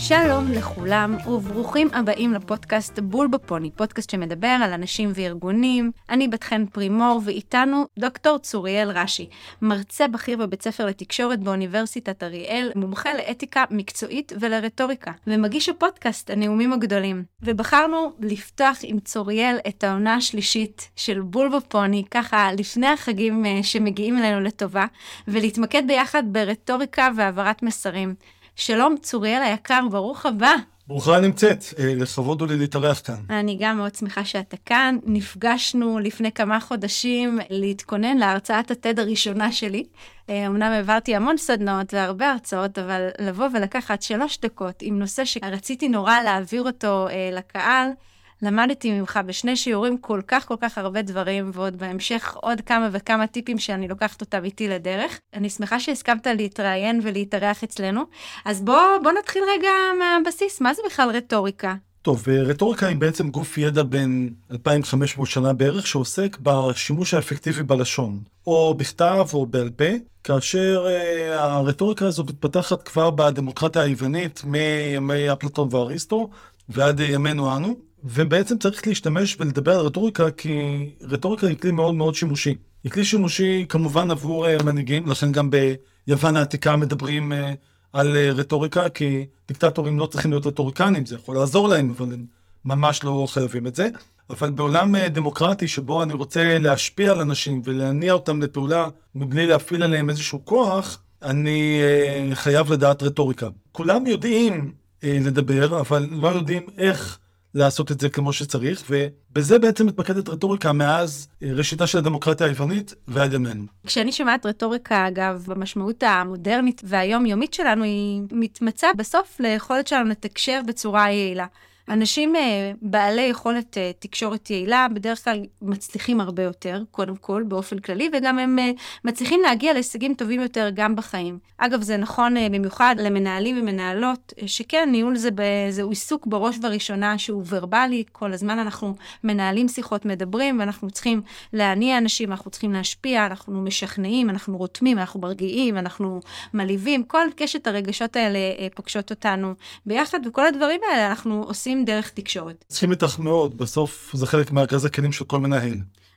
שלום לכולם וברוכים הבאים לפודקאסט בול בפוני, פודקאסט שמדבר על אנשים וארגונים. אני בת חן פרימור ואיתנו דוקטור צוריאל רשי, מרצה בכיר בבית ספר לתקשורת באוניברסיטת אריאל, מומחה לאתיקה מקצועית ולרטוריקה, ומגיש הפודקאסט הנאומים הגדולים. ובחרנו לפתוח עם צוריאל את העונה השלישית של בול בפוני, ככה לפני החגים שמגיעים אלינו לטובה, ולהתמקד ביחד ברטוריקה והעברת מסרים. שלום צוריאל היקר, ברוך הבא. ברוכה נמצאת, לכבוד לי להתארח כאן. אני גם מאוד שמחה שאתה כאן. נפגשנו לפני כמה חודשים להתכונן להרצאת התד הראשונה שלי. אמנם העברתי המון סדנאות והרבה הרצאות, אבל לבוא ולקחת 3 דקות עם נושא שרציתי נורא להעביר אותו לקהל, למדתי ממך בשני שיעורים כל כך הרבה דברים, ועוד בהמשך עוד כמה וכמה טיפים שאני לוקחת אותם איתי לדרך. אני שמחה שהסכמת להתראיין ולהתארח אצלנו. אז בוא נתחיל רגע מהבסיס. מה זה בכלל רטוריקה? טוב, רטוריקה היא בעצם גוף ידע בין 2500 שנה בערך, שעוסק בשימוש האפקטיבי בלשון, או בכתב או בעל פה, כאשר הרטוריקה הזאת מתפתחת כבר בדמוקרטיה היוונית, מימי אפלטון ואריסטו, ועד ימינו אנו. ובעצם צריך להשתמש ולדבר על רטוריקה, כי רטוריקה היא כלי מאוד מאוד שימושי. היא כלי שימושי כמובן עבור מנהיגים, לכן גם ביוון העתיקה מדברים על רטוריקה, כי דיקטטורים לא צריכים להיות רטוריקנים, זה יכול לעזור להם, אבל הם ממש לא חייבים את זה. אבל בעולם דמוקרטי שבו אני רוצה להשפיע על אנשים ולהניע אותם לפעולה מבלי להפעיל עליהם איזשהו כוח, אני חייב לדעת רטוריקה. כולם יודעים לדבר, אבל לא יודעים איך לעשות את זה כמו שצריך, ובזה בעצם מתמקדת רטוריקה מאז ראשיתה של הדמוקרטיה היוונית ועד ימינו. כשאני שומעת רטוריקה, אגב, במשמעות המודרנית והיומיומית שלנו, היא מתמצה בסוף ליכולת שלנו לתקשר בצורה יעילה. אנשים בעלי יכולת תקשורת יעילה בדרך כלל מצליחים הרבה יותר, קודם כל, באופן כללי, וגם הם מצליחים להגיע להישגים טובים יותר גם בחיים. אגב, זה נכון במיוחד למנהלים ומנהלות, שכן, ניהול זהו עיסוק בראש וראשונה שהוא ורבלי, כל הזמן אנחנו מנהלים שיחות, מדברים, ואנחנו צריכים להניע אנשים, אנחנו צריכים להשפיע, אנחנו משכנעים, אנחנו רותמים, אנחנו מרגיעים, אנחנו מליבים, כל קשת הרגשות האלה פוגשות אותנו ביחד, וכל הדברים האלה אנחנו עושים דרך תקשורת. צריכים איתך מאוד, בסוף זה חלק מארגז הכלים של כל מנהל.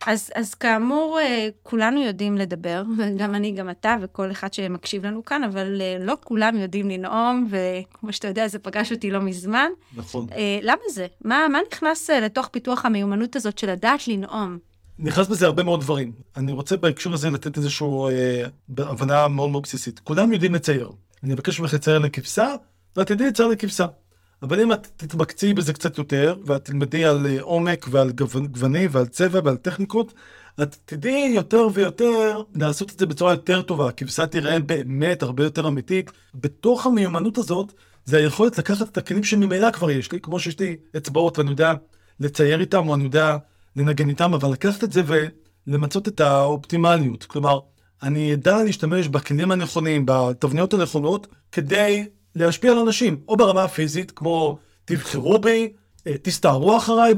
אז כאמור, כולנו יודעים לדבר, וגם אני, גם אתה, וכל אחד שמקשיב לנו כאן, אבל לא כולם יודעים לנאום, וכמו שאתה יודע, זה פגש אותי לא מזמן. נכון. למה זה? מה נכנס לתוך פיתוח המיומנות הזאת של לדעת לנאום? נכנס בזה הרבה מאוד דברים. אני רוצה בהקשר הזה לתת איזושהי הבנה מאוד מאוד בסיסית. כולם יודעים לצייר. אני אבקש ממך לצייר לכבשה, ואת תדעי לצייר לכבשה. אבל אם את תתמקצי בזה קצת יותר, ואת תלמדי על עומק ועל גווני ועל צבע ועל טכניקות, את תדעי יותר ויותר לעשות את זה בצורה יותר טובה. הכבשה תראה באמת הרבה יותר אמיתית. בתוך המיומנות הזאת, זה היכולת לקחת את הכלים שממילא כבר יש לי, כמו שיש לי אצבעות ואני יודע לצייר איתם, או אני יודע לנגן איתם, אבל לקחת את זה ולמצות את האופטימליות. כלומר, אני ידע להשתמש בכלים הנכונים, בתבניות הנכונות, כדי להשפיע על אנשים, או ברמה הפיזית, כמו תבחרו בי, תסתערו אחריי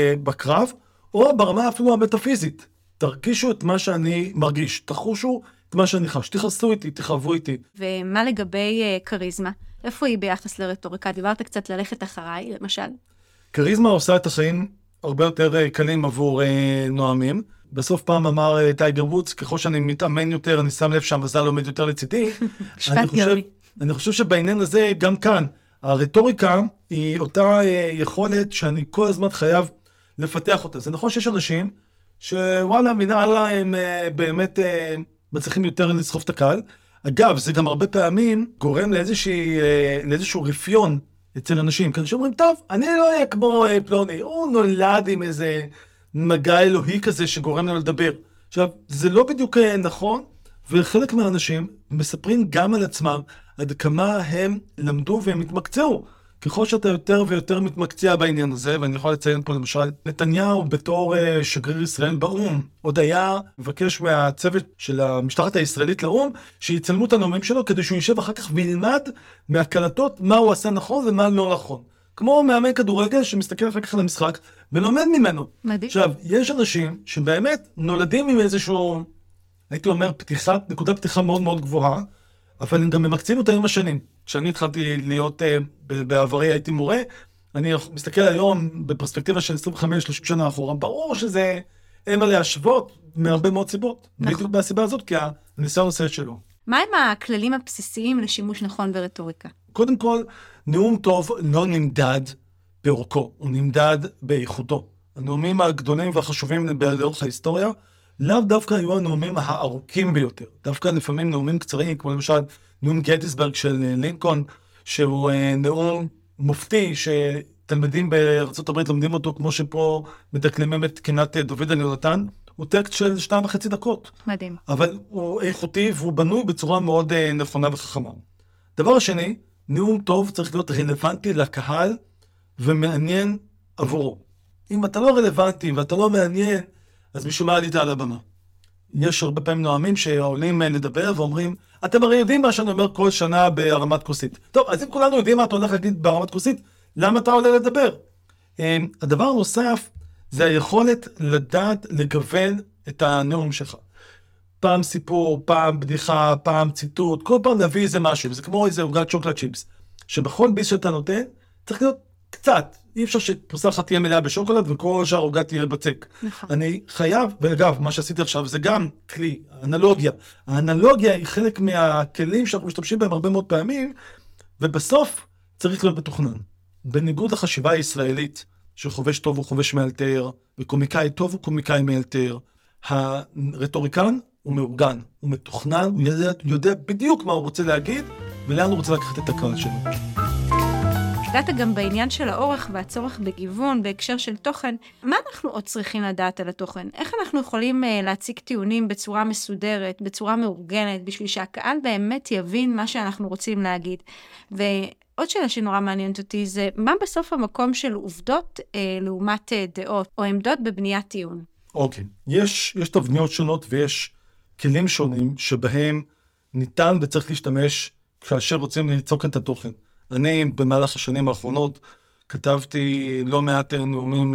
בקרב, או ברמה אפילו המטאפיזית. תרגישו את מה שאני מרגיש, תחושו את מה שאני חש, תחסו איתי, תחוו איתי. ומה לגבי קריזמה? איפה היא ביחס לרטוריקה? דיברת קצת ללכת אחריי, למשל. קריזמה עושה את החיים הרבה יותר קלים עבור נואמים. בסוף פעם אמר טייגר וודס, ככל שאני מתאמן יותר, אני שם לב שהמזל עומד יותר לצידי. אני חושב שבעניין הזה, גם כאן, הרטוריקה היא אותה יכולת שאני כל הזמן חייב לפתח אותה. זה נכון שיש אנשים שוואלה, מנהלה הם באמת מצליחים יותר לסחוף את הקהל. אגב, זה גם הרבה פעמים גורם לאיזשהו רפיון אצל אנשים. כאן שאומרים, טוב, אני לא אהיה כמו פלוני, הוא נולד עם איזה מגע אלוהי כזה שגורם לנו לדבר. עכשיו, זה לא בדיוק נכון, וחלק מהאנשים מספרים גם על עצמם עד כמה הם למדו והם התמקצעו. ככל שאתה יותר ויותר מתמקצע בעניין הזה, ואני יכול לציין פה למשל, נתניהו בתור שגריר ישראל באום, עוד היה מבקש מהצוות של המשלחת הישראלית לאום, שיצלמו את הנאומים שלו כדי שהוא יישב אחר כך וילמד מהקלטות מה הוא עשה נכון ומה לא נכון. כמו מאמן כדורגל שמסתכל אחר כך על המשחק ולומד ממנו. מדהים. עכשיו, יש אנשים שבאמת נולדים עם איזשהו, הייתי אומר, נקודת פתיחה מאוד מאוד גבוהה, אבל הם גם ממקצים אותה עם השנים. כשאני התחלתי להיות, בעברי הייתי מורה, אני מסתכל היום בפרספקטיבה של 25-30 שנה אחורה, ברור שזה אין מה להשוות מהרבה מאוד סיבות. נכון. בדיוק מהסיבה הזאת, כי הניסיון עושה את שלו. מה הם הכללים הבסיסיים לשימוש נכון ברטוריקה? קודם כל, נאום טוב לא נמדד באורכו, הוא נמדד באיכותו. הנאומים הגדולים והחשובים לאורך ההיסטוריה, לאו דווקא היו הנאומים הארוכים ביותר. דווקא לפעמים נאומים קצרים, כמו למשל נאום גטיסברג של לינקולן, שהוא נאום מופתי, שתלמידים בארצות הברית לומדים אותו, כמו שפה מדקלמים את תקינת דוד על יונתן, הוא טקסט של 2.5 דקות. מדהים. אבל הוא איכותי והוא בנוי בצורה מאוד נכונה וחכמה. דבר השני, נאום טוב צריך להיות רלוונטי לקהל ומעניין עבורו. אם אתה לא רלוונטי ואתה לא מעניין, אז משום מה עלית על הבמה. יש הרבה פעמים נואמים שעולים לדבר ואומרים, אתם הרי יודעים מה שאני אומר כל שנה בהרמת כוסית. טוב, אז אם כולנו יודעים מה אתה הולך להגיד בהרמת כוסית, למה אתה עולה לדבר? הדבר הנוסף זה היכולת לדעת לגוון את הנאום שלך. פעם סיפור, פעם בדיחה, פעם ציטוט, כל פעם להביא איזה משהו. זה כמו איזה עוגת שוקולד צ'יפס, שבכל ביס שאתה נותן, צריך להיות קצת. אי אפשר שפרוסה אחת תהיה מלאה בשוקולד וכל שאר עוגה תהיה בצק. נכון. אני חייב, ואגב, מה שעשיתי עכשיו זה גם כלי, אנלוגיה. האנלוגיה היא חלק מהכלים שאנחנו משתמשים בהם הרבה מאוד פעמים, ובסוף צריך להיות מתוכנן. בניגוד לחשיבה הישראלית, שחובש טוב הוא חובש מאלתר, וקומיקאי טוב הוא קומיקאי מאלתר, הרטוריקן הוא מאורגן, הוא מתוכנן, הוא יודע בדיוק מה הוא רוצה להגיד, ולאן הוא רוצה לקחת את הקהל שלו. הגעת גם בעניין של האורך והצורך בגיוון, בהקשר של תוכן. מה אנחנו עוד צריכים לדעת על התוכן? איך אנחנו יכולים להציג טיעונים בצורה מסודרת, בצורה מאורגנת, בשביל שהקהל באמת יבין מה שאנחנו רוצים להגיד? ועוד שאלה שנורא מעניינת אותי זה, מה בסוף המקום של עובדות לעומת דעות, או עמדות בבניית טיעון? אוקיי. יש תבניות שונות ויש כלים שונים שבהם ניתן וצריך להשתמש כאשר רוצים ליצוק את התוכן. אני במהלך השנים האחרונות כתבתי לא מעט נאומים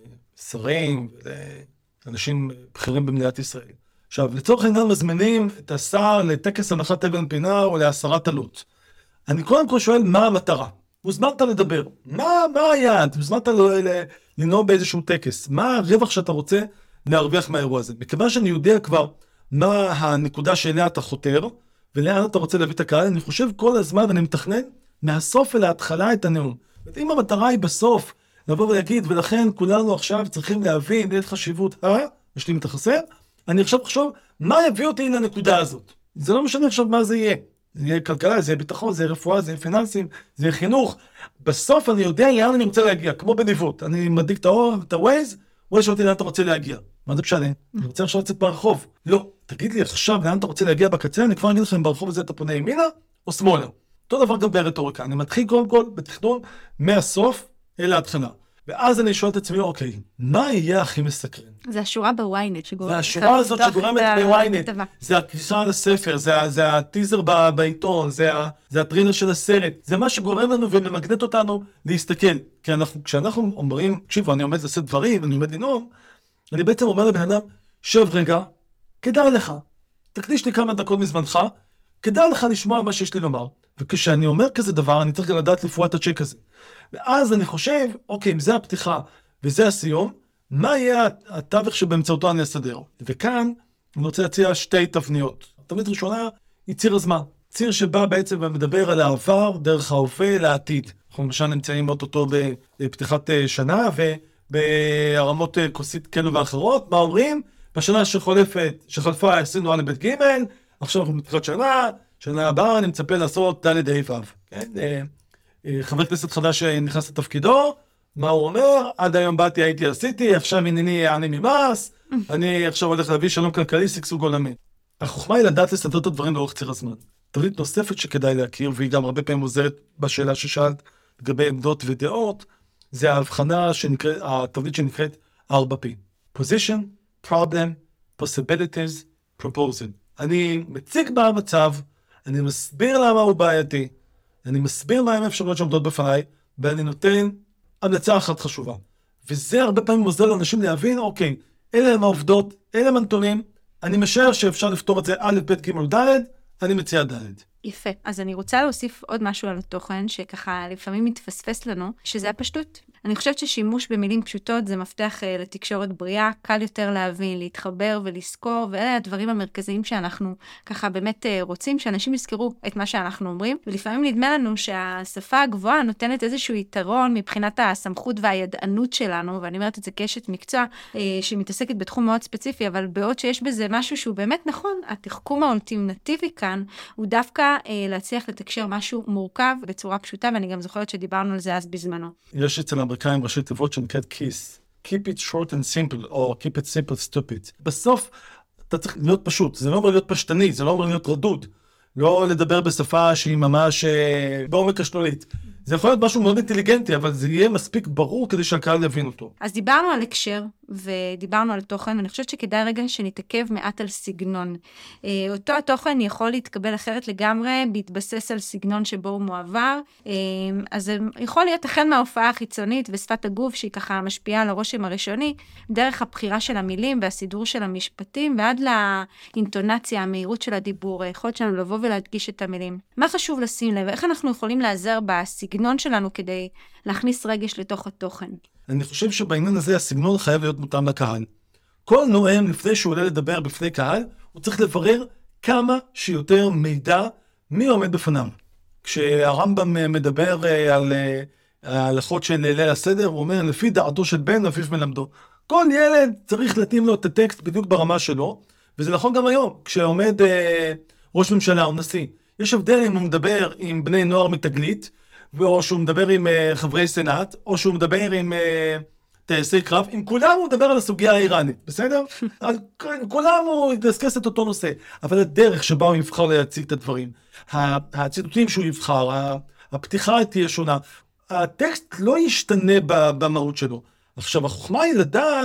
לשרים ולאנשים בכירים במדינת ישראל. עכשיו, לצורך העניין מזמינים את השר לטקס הנחת אבן פינה או להסרת עלות. אני קודם כל שואל מה המטרה. מוזמנת לדבר. מה היעד? מוזמנת לנאום באיזשהו טקס. מה הרווח שאתה רוצה להרוויח מהאירוע הזה? מכיוון שאני יודע כבר מה הנקודה שאליה אתה חותר ולאן אתה רוצה להביא את הקהל, אני חושב כל הזמן ואני מתכנן מהסוף אל ההתחלה את הנאום. אם המטרה היא בסוף, לבוא ולהגיד, ולכן כולנו עכשיו צריכים להבין את חשיבות, יש לי מתחסר, אני עכשיו חושב, מה יביא אותי לנקודה הזאת? זה לא משנה עכשיו מה זה יהיה. זה יהיה כלכלה, זה יהיה ביטחון, זה יהיה רפואה, זה יהיה פיננסים, זה יהיה חינוך. בסוף אני יודע לאן אני רוצה להגיע, כמו בניווט. אני מדליק את האור, את הווייז, הוא שואל אותי לאן אתה רוצה להגיע. מה זה משנה? אני רוצה עכשיו לצאת ברחוב. לא, תגיד לי עכשיו לאן אתה רוצה להגיע בקצה, אני כבר אגיד לכם ברחוב הזה אתה פונה ימינה או שמאלה. אותו דבר גם ברטוריקה, אני מתחיל קודם כל בתכנון מהסוף אל ההתחלה. ואז אני שואל את עצמי, אוקיי, מה יהיה הכי מסקרן? זה השורה בוויינט שגורמת. זה השורה הזאת שגורמת בוויינט. זה הכניסה לספר, זה הטיזר בעיתון, זה הטריילר של הסרט. זה מה שגורם לנו וממגנט אותנו להסתכל. כי כשאנחנו אומרים, תקשיבו, אני עומד לעשות דברים, אני עומד לנאום, אני בעצם אומר לבן אדם, שב רגע, כדאי לך, תקדיש לי כמה דקות מזמנך, כדאי לך לשמוע מה שיש לי לומר. וכשאני אומר כזה דבר, אני צריך לדעת לפרוע את הצ'ק הזה. ואז אני חושב, אוקיי, אם זה הפתיחה וזה הסיום, מה יהיה התווך שבאמצעותו אני אסדר? וכאן אני רוצה להציע שתי תבניות. התבנית הראשונה היא ציר הזמן. ציר שבא בעצם ומדבר על העבר, דרך ההווה לעתיד. אנחנו למשל נמצאים אותו בפתיחת שנה, ובהרמות כוסית כאלו ואחרות. מה אומרים? בשנה שחלפה עשינו על בית ג', עכשיו אנחנו בפתיחת שנה הבאה אני מצפה לעשות ד' ה' ו'. כן? חבר כנסת חדש נכנס לתפקידו, מה הוא אומר? עד היום באתי, הייתי, עשיתי, עכשיו הנני אני ממס, אני עכשיו הולך להביא שלום כלכלי, שגשוג עולמי. החוכמה היא לדעת לסדר את הדברים לאורך ציר הזמן. תבנית נוספת שכדאי להכיר, והיא גם הרבה פעמים עוזרת בשאלה ששאלת לגבי עמדות ודעות, זה ההבחנה שנקראת, התבנית שנקראת 4P. Position, Problem, Possibilities, Proposal. אני מציג במצב, אני מסביר למה הוא בעייתי, אני מסביר מהם האפשרויות שעומדות בפניי, ואני נותן המלצה אחת חשובה. וזה הרבה פעמים עוזר לאנשים להבין, אוקיי, אלה הם העובדות, אלה הם הנתונים, אני משער שאפשר לפתור את זה א', ב', ג', ד', אני מציע ד'. יפה. אז אני רוצה להוסיף עוד משהו על התוכן, שככה לפעמים מתפספס לנו, שזה הפשטות. אני חושבת ששימוש במילים פשוטות זה מפתח לתקשורת בריאה, קל יותר להבין, להתחבר ולזכור, ואלה הדברים המרכזיים שאנחנו ככה באמת רוצים, שאנשים יזכרו את מה שאנחנו אומרים, ולפעמים נדמה לנו שהשפה הגבוהה נותנת איזשהו יתרון מבחינת הסמכות והידענות שלנו, ואני אומרת את זה כאשת מקצוע שמתעסקת בתחום מאוד ספציפי, אבל בעוד שיש בזה משהו שהוא באמת נכון, התחכום האולטימטיבי כאן הוא דווקא להצליח לתקשר משהו מורכב בצורה פשוטה, ואני גם זוכרת שדיברנו על זה אז בזמנו. יש אצל האמריקאים ראשי תיבות שנקראת KISS. Keep it short and simple, או Keep it simple stupid. בסוף, אתה צריך להיות פשוט. זה לא אומר להיות פשטני, זה לא אומר להיות רדוד. לא לדבר בשפה שהיא ממש בעומק השלולית. זה יכול להיות משהו מאוד אינטליגנטי, אבל זה יהיה מספיק ברור כדי שהקהל יבין אותו. אז דיברנו על הקשר, ודיברנו על תוכן, ואני חושבת שכדאי רגע שנתעכב מעט על סגנון. אותו התוכן יכול להתקבל אחרת לגמרי, בהתבסס על סגנון שבו הוא מועבר, אז זה יכול להיות החל מההופעה החיצונית ושפת הגוף, שהיא ככה משפיעה על הרושם הראשוני, דרך הבחירה של המילים והסידור של המשפטים, ועד לאינטונציה, המהירות של הדיבור, היכולת שלנו לבוא ולהדגיש את המילים. מה חשוב לשים לב? איך אנחנו יכולים לעזר בסגנון שלנו כדי להכניס רגש לתוך התוכן? אני חושב שבעניין הזה הסגנון חייב להיות מותאם לקהל. כל נואם לפני שהוא עולה לדבר בפני קהל, הוא צריך לברר כמה שיותר מידע מי עומד בפניו. כשהרמב"ם מדבר על ההלכות של ליל הסדר, הוא אומר, לפי דעתו של בן אביו מלמדו. כל ילד צריך להתאים לו את הטקסט בדיוק ברמה שלו, וזה נכון גם היום, כשעומד ראש ממשלה או נשיא. יש הבדל אם הוא מדבר עם בני נוער מתגלית, או שהוא מדבר עם חברי סנאט, או שהוא מדבר עם טייסי קרב, עם כולם הוא מדבר על הסוגיה האיראנית, בסדר? על כולם הוא ידסקס את אותו נושא, אבל הדרך שבה הוא יבחר להציג את הדברים, הציטוטים שהוא יבחר, הפתיחה תהיה שונה, הטקסט לא ישתנה במהות שלו. עכשיו, החוכמה היא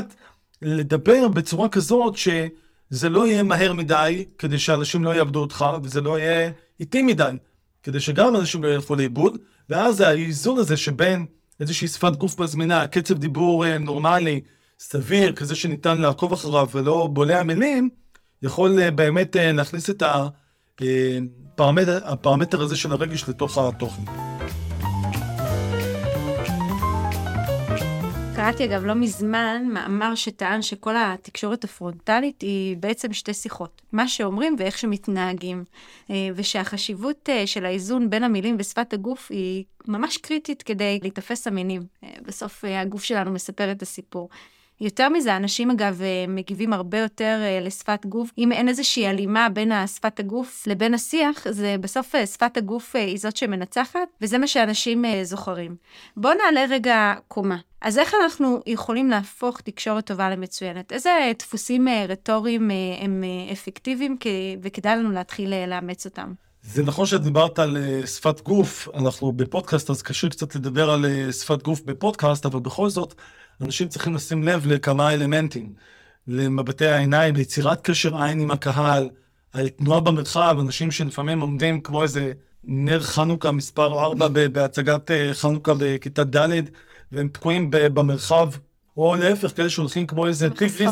לדבר בצורה כזאת שזה לא יהיה מהר מדי, כדי שאנשים לא יעבדו אותך, וזה לא יהיה איטי מדי, כדי שגם אנשים לא ילכו לאיבוד, ואז האיזון הזה שבין איזושהי שפת גוף מזמינה, קצב דיבור נורמלי, סביר, כזה שניתן לעקוב אחריו ולא בולע מילים, יכול באמת להכניס את הפרמטר הזה של הרגש לתוך התוכן. קראתי אגב לא מזמן מאמר שטען שכל התקשורת הפרונטלית היא בעצם שתי שיחות. מה שאומרים ואיך שמתנהגים. ושהחשיבות של האיזון בין המילים ושפת הגוף היא ממש קריטית כדי להתאפס אמינים. בסוף הגוף שלנו מספר את הסיפור. יותר מזה, אנשים אגב מגיבים הרבה יותר לשפת גוף. אם אין איזושהי הלימה בין שפת הגוף לבין השיח, זה בסוף שפת הגוף היא זאת שמנצחת, וזה מה שאנשים זוכרים. בואו נעלה רגע קומה. אז איך אנחנו יכולים להפוך תקשורת טובה למצוינת? איזה דפוסים רטוריים הם אפקטיביים וכדאי לנו להתחיל לאמץ אותם? זה נכון שאת דיברת על שפת גוף, אנחנו בפודקאסט, אז קשה קצת לדבר על שפת גוף בפודקאסט, אבל בכל זאת, אנשים צריכים לשים לב לכמה אלמנטים, למבטי העיניים, ליצירת קשר עין עם הקהל, התנועה במרחב, אנשים שלפעמים עומדים כמו איזה נר חנוכה מספר 4 בהצגת חנוכה בכיתה ד' והם תקועים במרחב, או להפך, כאלה שהולכים כמו איזה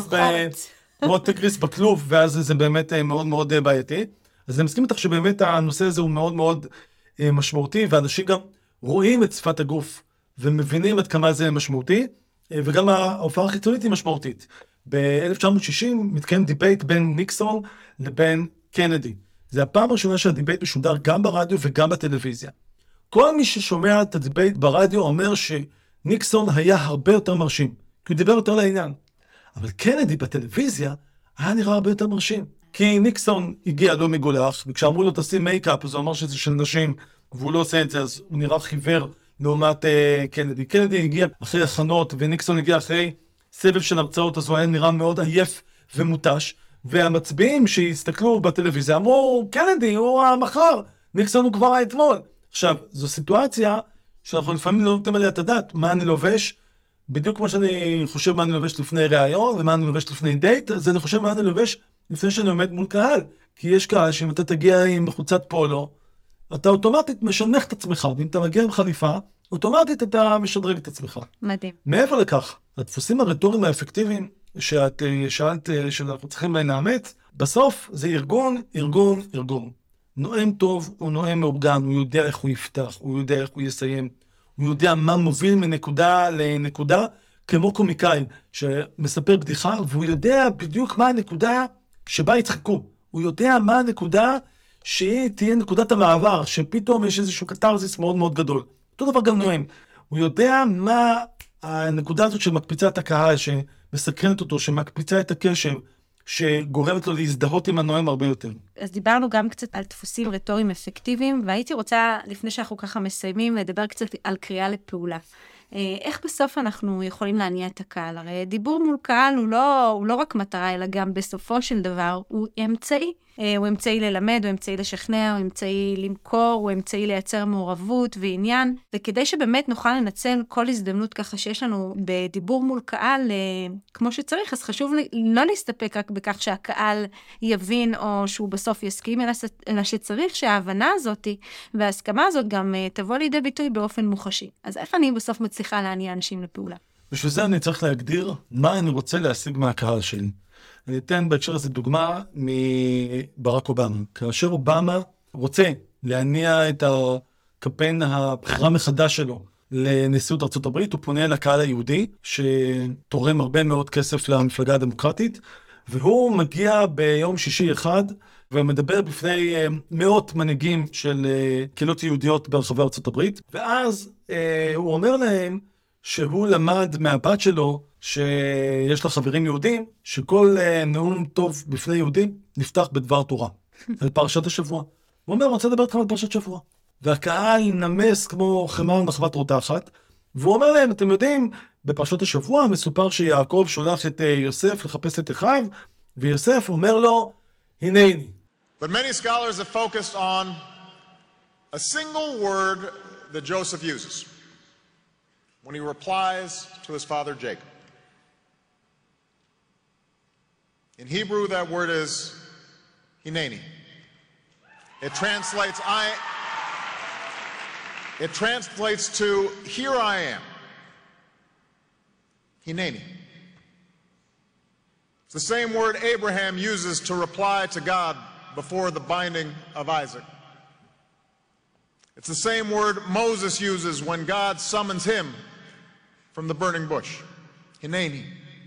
טיקריס בכלוב, ואז זה באמת מאוד מאוד בעייתי. אז אני מסכים איתך שבאמת הנושא הזה הוא מאוד מאוד משמעותי, ואנשים גם רואים את שפת הגוף ומבינים עד כמה זה משמעותי, וגם ההופעה החיצונית היא משמעותית. ב-1960 מתקיים דיבייט בין ניקסון לבין קנדי. זה הפעם הראשונה שהדיבייט משודר גם ברדיו וגם בטלוויזיה. כל מי ששומע את הדיבייט ברדיו אומר שניקסון היה הרבה יותר מרשים, כי הוא דיבר יותר לעניין. אבל קנדי בטלוויזיה היה נראה הרבה יותר מרשים. כי ניקסון הגיע לא מגולח, וכשאמרו לו תשים מייקאפ, אז הוא אמר שזה של נשים, והוא לא עושה את זה, אז הוא נראה חיוור לעומת קנדי. קנדי הגיע אחרי הכנות, וניקסון הגיע אחרי סבב של הרצאות, אז הוא היה נראה מאוד עייף ומוטש, והמצביעים שהסתכלו בטלוויזיה אמרו, קנדי הוא המחר, ניקסון הוא כבר האתמול. עכשיו, זו סיטואציה שאנחנו לפעמים לא נותנים עליה את הדעת, מה אני לובש, בדיוק כמו שאני חושב מה אני לובש לפני ראיון, ומה אני לובש לפני דייט, אז אני חושב מה אני לובש לפני שאני עומד מול קהל, כי יש קהל שאם אתה תגיע עם חולצת פולו, אתה אוטומטית משנך את עצמך, ואם אתה מגיע עם חליפה, אוטומטית אתה משדרג את עצמך. מדהים. מעבר לכך, הדפוסים הרטוריים האפקטיביים שאת שאלת שאנחנו צריכים לאמץ, בסוף זה ארגון, ארגון, ארגון. נואם טוב הוא נואם מאורגן, הוא יודע איך הוא יפתח, הוא יודע איך הוא יסיים, הוא יודע מה מוביל מנקודה לנקודה, כמו קומיקאי שמספר בדיחה, והוא יודע בדיוק מה הנקודה שבה יצחקו. הוא יודע מה הנקודה שהיא תהיה נקודת המעבר, שפתאום יש איזשהו קטרזיס מאוד מאוד גדול. אותו דבר גם נואם. הוא יודע מה הנקודה הזאת שמקפיצה את הקהל, שמסקרנת אותו, שמקפיצה את הקשב, שגורמת לו להזדהות עם הנואם הרבה יותר. אז דיברנו גם קצת על דפוסים רטוריים אפקטיביים, והייתי רוצה, לפני שאנחנו ככה מסיימים, לדבר קצת על קריאה לפעולה. איך בסוף אנחנו יכולים להניע את הקהל? הרי דיבור מול קהל הוא לא רק מטרה, אלא גם בסופו של דבר הוא אמצעי. הוא אמצעי ללמד, הוא אמצעי לשכנע, הוא אמצעי למכור, הוא אמצעי לייצר מעורבות ועניין. וכדי שבאמת נוכל לנצל כל הזדמנות ככה שיש לנו בדיבור מול קהל כמו שצריך, אז חשוב לא להסתפק רק בכך שהקהל יבין או שהוא בסוף יסכים, אלא שצריך שההבנה הזאת וההסכמה הזאת גם תבוא לידי ביטוי באופן מוחשי. אז איך אני בסוף מצליחה להניע אנשים לפעולה? בשביל זה אני צריך להגדיר מה אני רוצה להשיג מהקהל שלי. אני אתן בהקשר הזה דוגמה מברק אובמה. כאשר אובמה רוצה להניע את הקמפיין הבחירה מחדש שלו לנשיאות ארצות הברית, הוא פונה לקהל היהודי, שתורם הרבה מאוד כסף למפלגה הדמוקרטית, והוא מגיע ביום שישי אחד, ומדבר בפני מאות מנהיגים של קהילות יהודיות ברחבי ארצות הברית, ואז הוא אומר להם שהוא למד מהבת שלו, שיש לה חברים יהודים, שכל נאום טוב בפני יהודים נפתח בדבר תורה, על פרשת השבוע. הוא אומר, אני רוצה לדבר איתכם על פרשת שבוע. והקהל נמס כמו חמר מחוות רותחת, והוא אומר להם, אתם יודעים, בפרשת השבוע מסופר שיעקב שולח את יוסף לחפש את אחיו, ויוסף אומר לו, הנני. But many scholars have focused on a single word that Joseph uses when he replies to his father Jacob. In Hebrew, that word is hineni. It translates to here I am. Hineni. It's the same word Abraham uses to reply to God before the binding of Isaac. It's the same word Moses uses when God summons him from the burning bush. Hineni.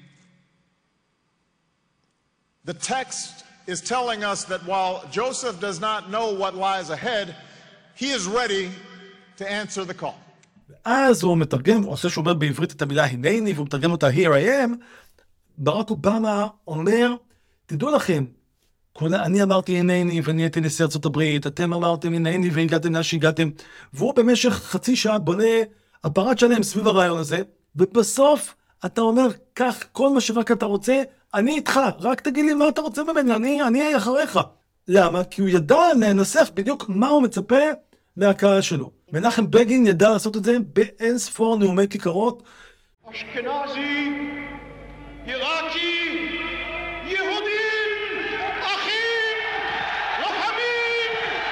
The text is telling us that while Joseph does not know what lies ahead, he is ready to answer the call. אז הוא מתרגם, אחרי שהוא אומר בעברית את המילה הנני, והוא מתרגם אותה here I am, ברק אובמה אומר, תדעו לכם, אני אמרתי הנני ונהייתי נשיא ארצות הברית, אתם אמרתם הנני והגעתם לאן שהגעתם, והוא במשך חצי שעה בונה אפרט שלם סביב הרעיון הזה, ובסוף אתה אומר, כך, כל מה שרק אתה רוצה, אני איתך, רק תגיד לי מה אתה רוצה ממני, אני אהיה אחריך. למה? כי הוא ידע לנסח בדיוק מה הוא מצפה מהקהל שלו. מנחם בגין ידע לעשות את זה באין ספור נאומי כיכרות. אשכנזי, עיראקי, יהודים, אחים, לוחמים.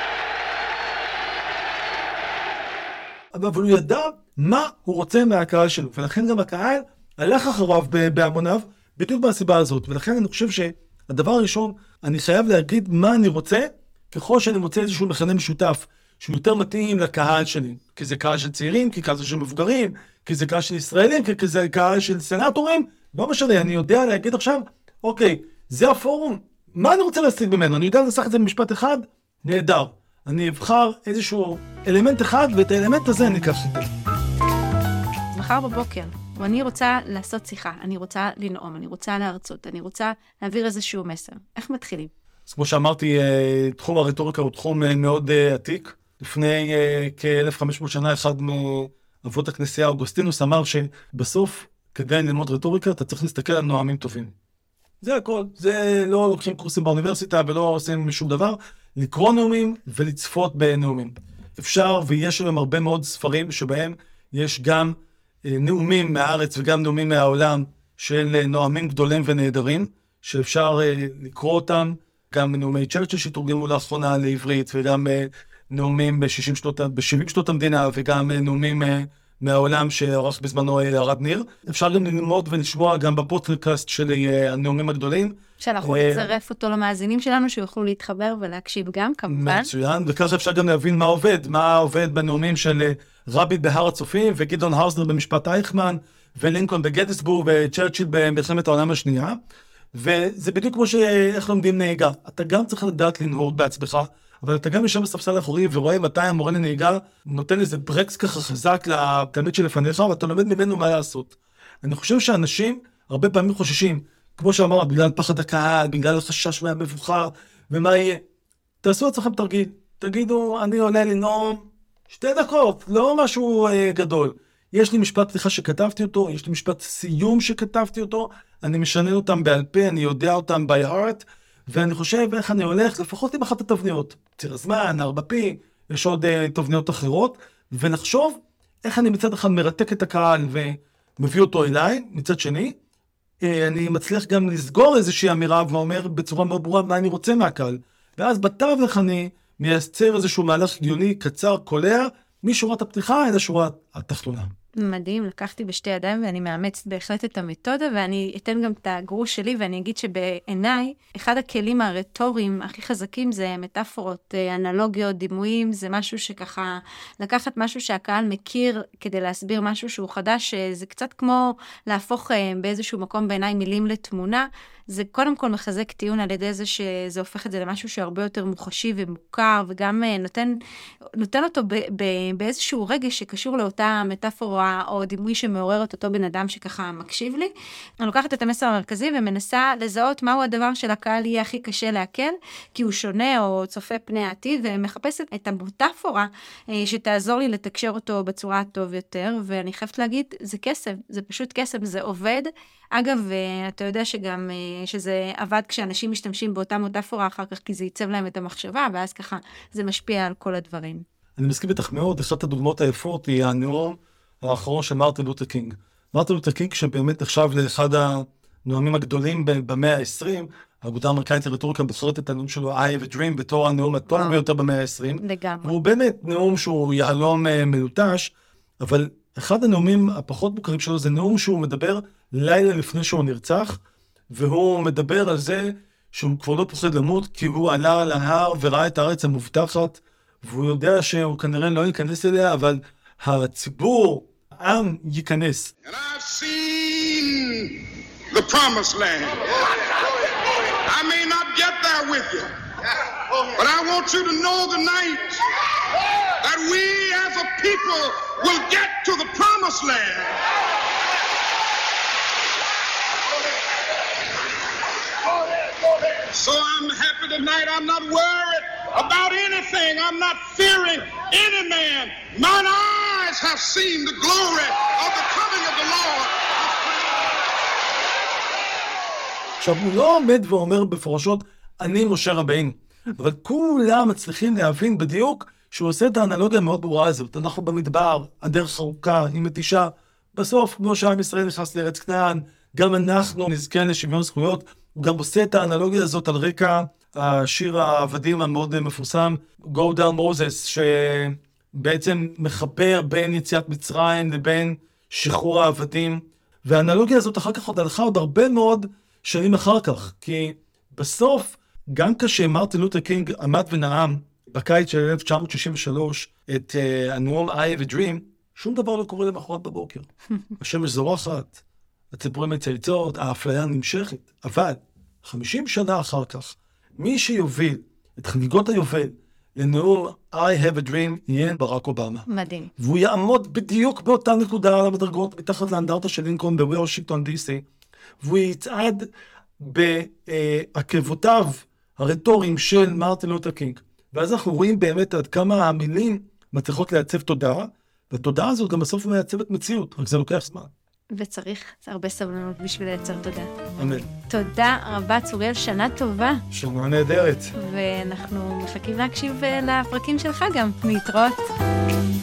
אבל הוא ידע מה הוא רוצה מהקהל שלו, ולכן גם הקהל הלך אחריו בהמוניו, בדיוק מהסיבה הזאת. ולכן אני חושב שהדבר הראשון, אני חייב להגיד מה אני רוצה, ככל שאני מוצא איזשהו מכנה משותף, שהוא יותר מתאים לקהל שלי, כי זה קהל של צעירים, כי קהל של מבוגרים, כי זה קהל של ישראלים, כי זה קהל של סנטורים, לא משנה, אני יודע להגיד עכשיו, אוקיי, זה הפורום, מה אני רוצה להשיג ממנו? אני יודע לנסח את זה במשפט אחד, נהדר. אני אבחר איזשהו אלמנט אחד, ואת האלמנט הזה אני אקח איתי. מחר בבוקר, ואני רוצה לעשות שיחה, אני רוצה לנאום, אני רוצה להרצות, אני רוצה להעביר איזשהו מסר. איך מתחילים? אז כמו שאמרתי, תחום הרטוריקה הוא תחום מאוד עתיק. לפני כ-1500 שנה, אחד מאבות הכנסייה, אוגוסטינוס, אמר שבסוף, כדי ללמוד רטוריקה, אתה צריך להסתכל על נואמים טובים. זה הכל. זה לא לוקחים קורסים באוניברסיטה ולא עושים שום דבר. לקרוא נאומים ולצפות בנאומים. אפשר, ויש להם הרבה מאוד ספרים שבהם יש גם נאומים מהארץ וגם נאומים מהעולם של נואמים גדולים ונהדרים, שאפשר לקרוא אותם, גם נאומי צ'רצ'יל שתורגמו לאחרונה לעברית, וגם נאומים ב-70 שנות המדינה, וגם נאומים מהעולם שערך בזמנו הרב ניר. אפשר גם ללמוד ולשמוע גם בפודקאסט של הנאומים הגדולים. שאנחנו נצרף אותו למאזינים שלנו, שיוכלו להתחבר ולהקשיב גם, כמובן. מצוין, וככה אפשר גם להבין מה עובד בנאומים של רבין בהר הצופים, וגדעון האוזנר במשפט אייכמן, ולינקולן בגטיסבורג, וצ'רצ'יל במלחמת העולם השנייה. וזה בדיוק כמו איך לומדים נהיגה. אתה גם צריך לדעת לנהוג בעצמך, אבל אתה גם יושב בספסל האחורי ורואה מתי המורה לנהיגה נותן איזה ברקס ככה חזק לתלמיד שלפניך, ואתה לומד ממנו מה לעשות. אני חושב שאנשים הרבה פעמים חוששים, כמו שאמר, בגלל פחד הקהל, בגלל החשש מהמבוכה, ומה יהיה. תעשו לעצמכם תרגיל. תגידו, אני עולה לנאום 2 דקות, לא משהו גדול. יש לי משפט פתיחה שכתבתי אותו, יש לי משפט סיום שכתבתי אותו, אני משנה אותם בעל פה, אני יודע אותם by heart, ואני חושב איך אני הולך, לפחות עם אחת התבניות. ציר הזמן, 4P, יש עוד תבניות אחרות, ונחשוב איך אני מצד אחד מרתק את הקהל ומביא אותו אליי, מצד שני, אני מצליח גם לסגור איזושהי אמירה ואומר בצורה מאוד ברורה מה אני רוצה מהקהל. ואז בתווך אני מייצר איזשהו מהלך הגיוני, קצר, קולע, משורת הפתיחה אל השורת התחתונה. מדהים, לקחתי בשתי ידיים ואני מאמצת בהחלט את המתודה, ואני אתן גם את הגרוש שלי, ואני אגיד שבעיניי, אחד הכלים הרטוריים הכי חזקים זה מטאפורות, אנלוגיות, דימויים, זה משהו שככה, לקחת משהו שהקהל מכיר כדי להסביר משהו שהוא חדש, זה קצת כמו להפוך באיזשהו מקום בעיניי מילים לתמונה, זה קודם כל מחזק טיעון על ידי זה שזה הופך את זה למשהו שהרבה יותר מוחשי ומוכר, וגם נותן אותו באיזשהו רגש שקשור לאותה מטאפורה או דימוי שמעורר את אותו בן אדם שככה מקשיב לי. אני לוקחת את המסר המרכזי ומנסה לזהות מהו הדבר של הקהל יהיה הכי קשה להקל, כי הוא שונה או צופה פני העתיד, ומחפשת את המטאפורה שתעזור לי לתקשר אותו בצורה הטוב יותר, ואני חייבת להגיד, זה כסף, זה פשוט כסף, זה עובד. אגב, אתה יודע שגם שזה עבד כשאנשים משתמשים באותה מטאפורה אחר כך, כי זה ייצב להם את המחשבה, ואז ככה זה משפיע על כל הדברים. אני מסכים איתך מאוד, אחת הדוגמאות היפות היא הנאום האחרון של מרטין לותר קינג. מרטין לותר קינג שבאמת נחשב לאחד הנואמים הגדולים במאה ה-20, האגודה האמריקאית לרטוריקה בוחרת את הנאום שלו, I have a dream, בתור הנאום הטוב ביותר במאה ה-20. לגמרי. והוא באמת נאום שהוא יהלום מלוטש, אבל אחד הנאומים הפחות מוכרים שלו זה נאום שהוא מדבר לילה לפני שהוא נרצח, והוא מדבר על זה שהוא כבר לא פוחד למות, כי הוא עלה על ההר וראה את הארץ המובטחת, והוא יודע שהוא כנראה לא ייכנס אליה, אבל הציבור, העם ייכנס. And I've seen the promised land. I may not get there with you, but I want you to know tonight that we as a people will get to the promised land. So I'm happy tonight. I'm not worried about anything. I'm not fearing any man. Mine eyes have seen the glory of the coming of the Lord. עכשיו, הוא לא עומד ואומר בפורשות, אני משה רבינו. אבל כולם מצליחים להבין בדיוק שהוא עושה את האנלוגיה המאוד ברורה הזאת. אנחנו במדבר, הדרך ארוכה, היא מתישה. בסוף, כמו שעם ישראל נכנס לארץ כנען, גם אנחנו נזכה לשוויון זכויות. הוא גם עושה את האנלוגיה הזאת על רקע השיר העבדים המאוד מפורסם, Go Down Moses, שבעצם מחבר בין יציאת מצרים לבין שחרור העבדים. והאנלוגיה הזאת אחר כך עוד הלכה עוד הרבה מאוד שנים אחר כך, כי בסוף, גם כשמרטין לותר קינג עמד ונאם בקיץ של 1963 את הנאום I have a dream, שום דבר לא קורה למחרת בבוקר. השמש זורחת, הציפורים מצייצות, האפליה נמשכת, אבל 50 שנה אחר כך, מי שיוביל את חגיגות היובל לנאום I have a dream יהיה ברק אובמה. מדהים. והוא יעמוד בדיוק באותה נקודה על המדרגות מתחת לאנדרטה של לינקולן בוושינגטון DC, והוא יצעד בעקבותיו הרטוריים של מרטין לותר קינג. ואז אנחנו רואים באמת עד כמה המילים מצליחות לייצב תודעה, והתודעה הזאת גם בסוף מייצבת מציאות, רק זה לוקח זמן. וצריך הרבה סבלנות בשביל לייצר תודה. אמן. תודה רבה, צוריאל, שנה טובה. שנה נהדרת. ואנחנו מחכים להקשיב לפרקים שלך גם. להתראות.